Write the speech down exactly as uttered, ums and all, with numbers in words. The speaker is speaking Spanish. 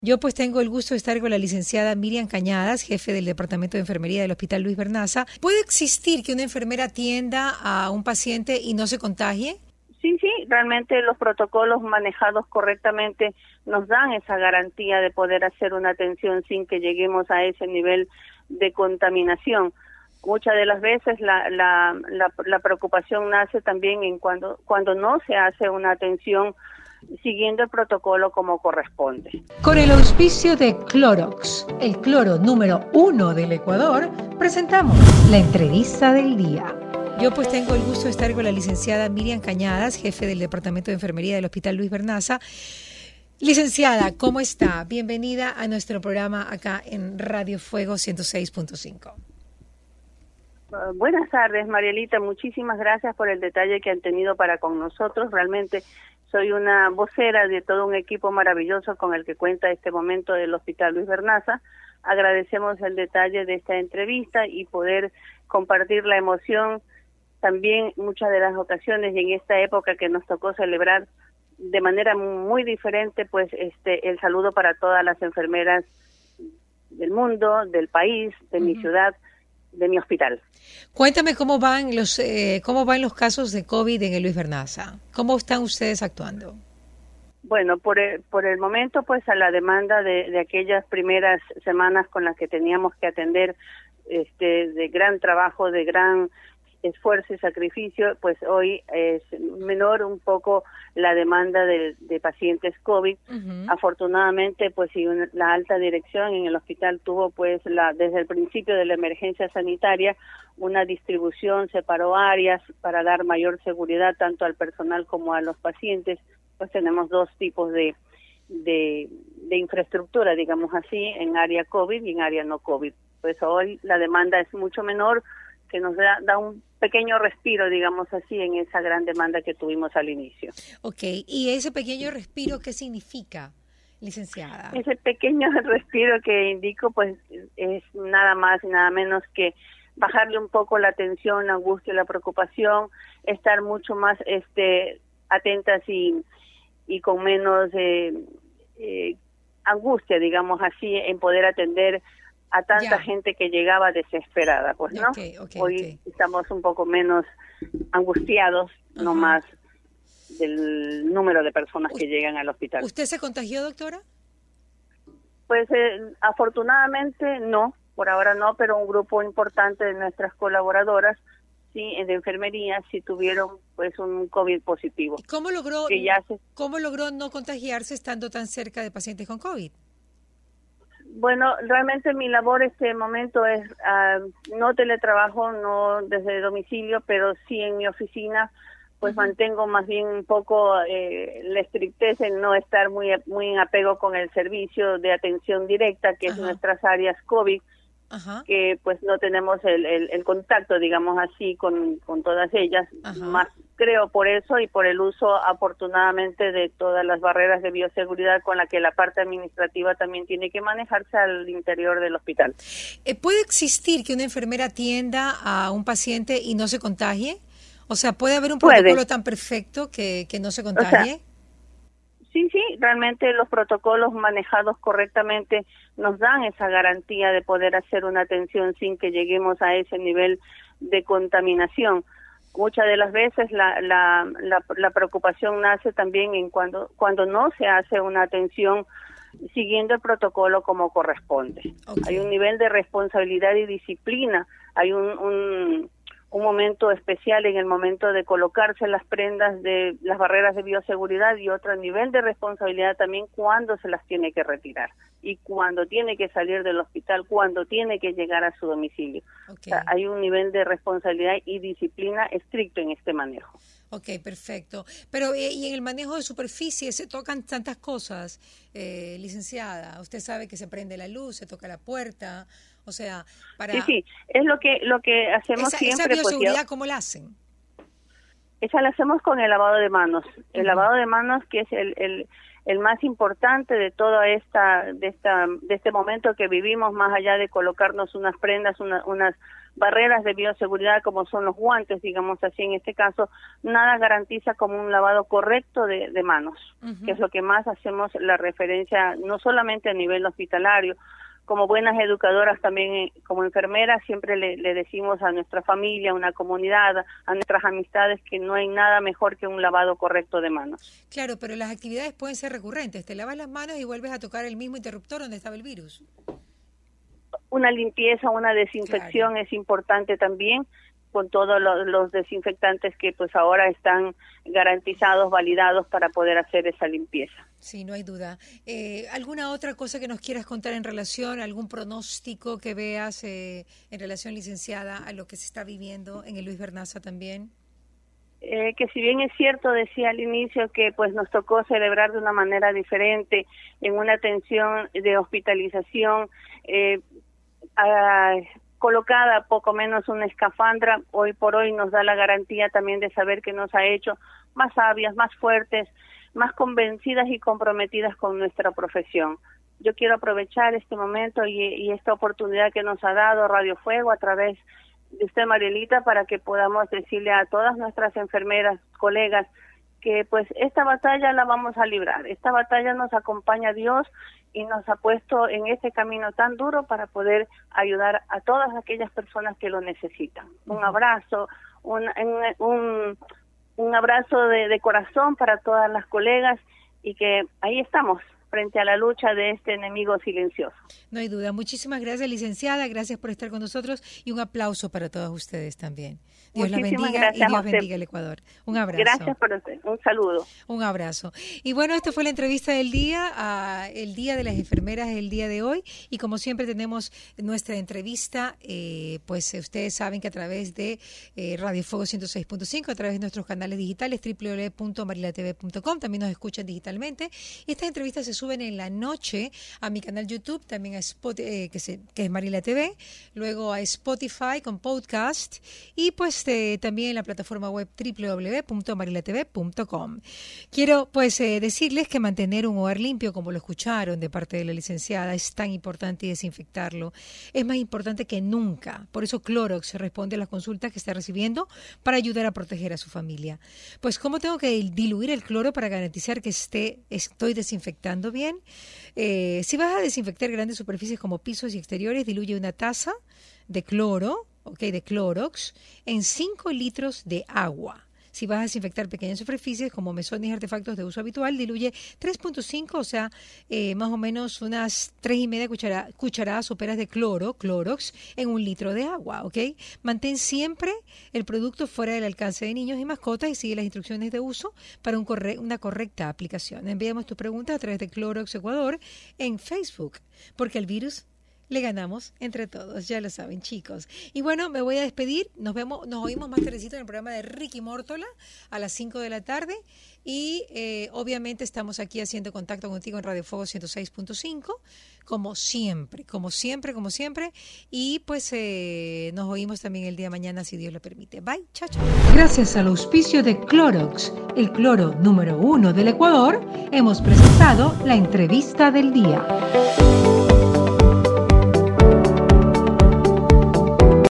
Yo pues tengo el gusto de estar con la licenciada Miriam Cañadas, jefe del Departamento de Enfermería del Hospital Luis Bernaza. ¿Puede existir que una enfermera atienda a un paciente y no se contagie? Sí, sí, realmente los protocolos manejados correctamente nos dan esa garantía de poder hacer una atención sin que lleguemos a ese nivel de contaminación. Muchas de las veces la, la, la, la preocupación nace también en cuando, cuando no se hace una atención siguiendo el protocolo como corresponde. Con el auspicio de Clorox, el cloro número uno del Ecuador, presentamos la entrevista del día. Yo pues tengo el gusto de estar con la licenciada Miriam Cañadas, jefe del Departamento de Enfermería del Hospital Luis Bernaza. Licenciada, ¿cómo está? Bienvenida a nuestro programa acá en Radio Fuego ciento seis punto cinco. Uh, buenas tardes, Marielita. Muchísimas gracias por el detalle que han tenido para con nosotros. Realmente soy una vocera de todo un equipo maravilloso con el que cuenta este momento del Hospital Luis Bernaza. Agradecemos el detalle de esta entrevista y poder compartir la emoción también muchas de las ocasiones y en esta época que nos tocó celebrar de manera muy diferente, pues este el saludo para todas las enfermeras del mundo, del país, de uh-huh. mi ciudad, de mi hospital. Cuéntame cómo van los eh, cómo van los casos de COVID en el Luis Bernaza. ¿Cómo están ustedes actuando? Bueno, por el, por el momento, pues a la demanda de, de aquellas primeras semanas con las que teníamos que atender, este, de gran trabajo, de gran esfuerzo y sacrificio, pues hoy es menor un poco la demanda de, de pacientes COVID. Uh-huh. Afortunadamente, pues sí, una, la alta dirección en el hospital tuvo pues la desde el principio de la emergencia sanitaria una distribución, separó áreas para dar mayor seguridad tanto al personal como a los pacientes. Pues tenemos dos tipos de de, de infraestructura, digamos así, en área COVID y en área no COVID. Pues hoy la demanda es mucho menor, que nos da, da un pequeño respiro, digamos así, en esa gran demanda que tuvimos al inicio. Ok, ¿y ese pequeño respiro qué significa, licenciada? Ese pequeño respiro que indico, pues, es nada más y nada menos que bajarle un poco la tensión, la angustia, la preocupación, estar mucho más este atentas y, y con menos eh, eh, angustia, digamos así, en poder atender a tanta ya. gente que llegaba desesperada, pues, ¿no? Okay, okay, Hoy okay. estamos un poco menos angustiados, uh-huh. no más del número de personas que llegan al hospital. ¿Usted se contagió, doctora? Pues eh, afortunadamente no, por ahora no, pero un grupo importante de nuestras colaboradoras, sí, de enfermería, sí tuvieron pues un COVID positivo. ¿Y cómo logró, que ya se... cómo logró no contagiarse estando tan cerca de pacientes con COVID? Bueno, realmente mi labor este momento es uh, no teletrabajo, no desde domicilio, pero sí en mi oficina, pues uh-huh. mantengo más bien un poco eh, la estrictez en no estar muy muy en apego con el servicio de atención directa, que uh-huh. es nuestras áreas COVID, uh-huh. que pues no tenemos el, el, el contacto, digamos así, con, con todas ellas, uh-huh. más creo por eso y por el uso afortunadamente de todas las barreras de bioseguridad con la que la parte administrativa también tiene que manejarse al interior del hospital. Eh, ¿Puede existir que una enfermera atienda a un paciente y no se contagie? O sea, ¿puede haber un protocolo Puede. tan perfecto que, que no se contagie? O sea, sí, sí, realmente los protocolos manejados correctamente nos dan esa garantía de poder hacer una atención sin que lleguemos a ese nivel de contaminación. Muchas de las veces la, la, la, la preocupación nace también en cuando, cuando no se hace una atención siguiendo el protocolo como corresponde. Okay. Hay un nivel de responsabilidad y disciplina, hay un, un, un momento especial en el momento de colocarse las prendas de las barreras de bioseguridad y otro nivel de responsabilidad también cuando se las tiene que retirar y cuando tiene que salir del hospital, cuando tiene que llegar a su domicilio. Okay. O sea, hay un nivel de responsabilidad y disciplina estricto en este manejo. Ok, perfecto. Pero y en el manejo de superficie se tocan tantas cosas, eh, licenciada. Usted sabe que se prende la luz, se toca la puerta, o sea, para... Sí, sí, es lo que lo que hacemos esa, siempre. ¿Esa bioseguridad pues, cómo la hacen? Esa la hacemos con el lavado de manos. El uh-huh. lavado de manos que es el... el el más importante de toda esta de esta de este momento que vivimos, más allá de colocarnos unas prendas, una, unas barreras de bioseguridad como son los guantes, digamos así en este caso, nada garantiza como un lavado correcto de, de manos, uh-huh. que es lo que más hacemos la referencia, no solamente a nivel hospitalario, como buenas educadoras también, como enfermeras, siempre le, le decimos a nuestra familia, a una comunidad, a nuestras amistades que no hay nada mejor que un lavado correcto de manos. Claro, pero las actividades pueden ser recurrentes. Te lavas las manos y vuelves a tocar el mismo interruptor donde estaba el virus. Una limpieza, una desinfección claro. es importante también, con todos los, los desinfectantes que pues ahora están garantizados, validados para poder hacer esa limpieza. Sí, no hay duda. Eh, ¿Alguna otra cosa que nos quieras contar en relación, algún pronóstico que veas eh, en relación, licenciada, a lo que se está viviendo en el Luis Vernaza también? Eh, que si bien es cierto, decía al inicio que pues nos tocó celebrar de una manera diferente, en una atención de hospitalización, eh, a, colocada poco menos una escafandra, hoy por hoy nos da la garantía también de saber que nos ha hecho más sabias, más fuertes, más convencidas y comprometidas con nuestra profesión. Yo quiero aprovechar este momento y, y esta oportunidad que nos ha dado Radio Fuego a través de usted, Marielita, para que podamos decirle a todas nuestras enfermeras, colegas, que pues esta batalla la vamos a librar. Esta batalla nos acompaña Dios y nos ha puesto en este camino tan duro para poder ayudar a todas aquellas personas que lo necesitan. Un abrazo, un, un, un, un abrazo de, de corazón para todas las colegas y que ahí estamos frente a la lucha de este enemigo silencioso. No hay duda. Muchísimas gracias, licenciada. Gracias por estar con nosotros y un aplauso para todos ustedes también. Dios la bendiga y Dios bendiga el Ecuador. Un abrazo. Gracias por usted. Un saludo. Un abrazo. Y bueno, esta fue la entrevista del día, a el Día de las Enfermeras, el día de hoy. Y como siempre tenemos nuestra entrevista, eh, pues ustedes saben que a través de eh, Radio Fuego ciento seis punto cinco, a través de nuestros canales digitales, doble u doble u doble u punto marilatv punto com, también nos escuchan digitalmente. Y estas entrevistas se suben en la noche a mi canal YouTube, también a Spotify, eh, que, se, que es Marila T V, luego a Spotify con podcast y pues eh, también en la plataforma web doble u doble u doble u punto marilatv punto com. Quiero pues eh, decirles que mantener un hogar limpio, como lo escucharon de parte de la licenciada, es tan importante, y desinfectarlo es más importante que nunca. Por eso Clorox responde a las consultas que está recibiendo para ayudar a proteger a su familia. Pues ¿cómo tengo que diluir el cloro para garantizar que esté, estoy desinfectando bien? Eh, si vas a desinfectar grandes superficies como pisos y exteriores, diluye una taza de cloro, okay, de Clorox, en cinco litros de agua. Si vas a desinfectar pequeñas superficies como mesones y artefactos de uso habitual, diluye tres punto cinco, o sea, eh, más o menos unas tres y media cuchara, cucharadas soperas de cloro, Clorox, en un litro de agua, ¿ok? Mantén siempre el producto fuera del alcance de niños y mascotas y sigue las instrucciones de uso para un corre una correcta aplicación. Enviamos tus preguntas a través de Clorox Ecuador en Facebook, porque el virus le ganamos entre todos, ya lo saben, chicos. Y bueno, me voy a despedir. Nos vemos, nos oímos más tardecito en el programa de Ricky Mórtola a las cinco de la tarde. Y eh, obviamente estamos aquí haciendo contacto contigo en Radio Fuego ciento seis punto cinco, como siempre, como siempre, como siempre. Y pues eh, nos oímos también el día de mañana, si Dios lo permite. Bye, chao, chao. Gracias al auspicio de Clorox, el cloro número uno del Ecuador, hemos presentado la entrevista del día.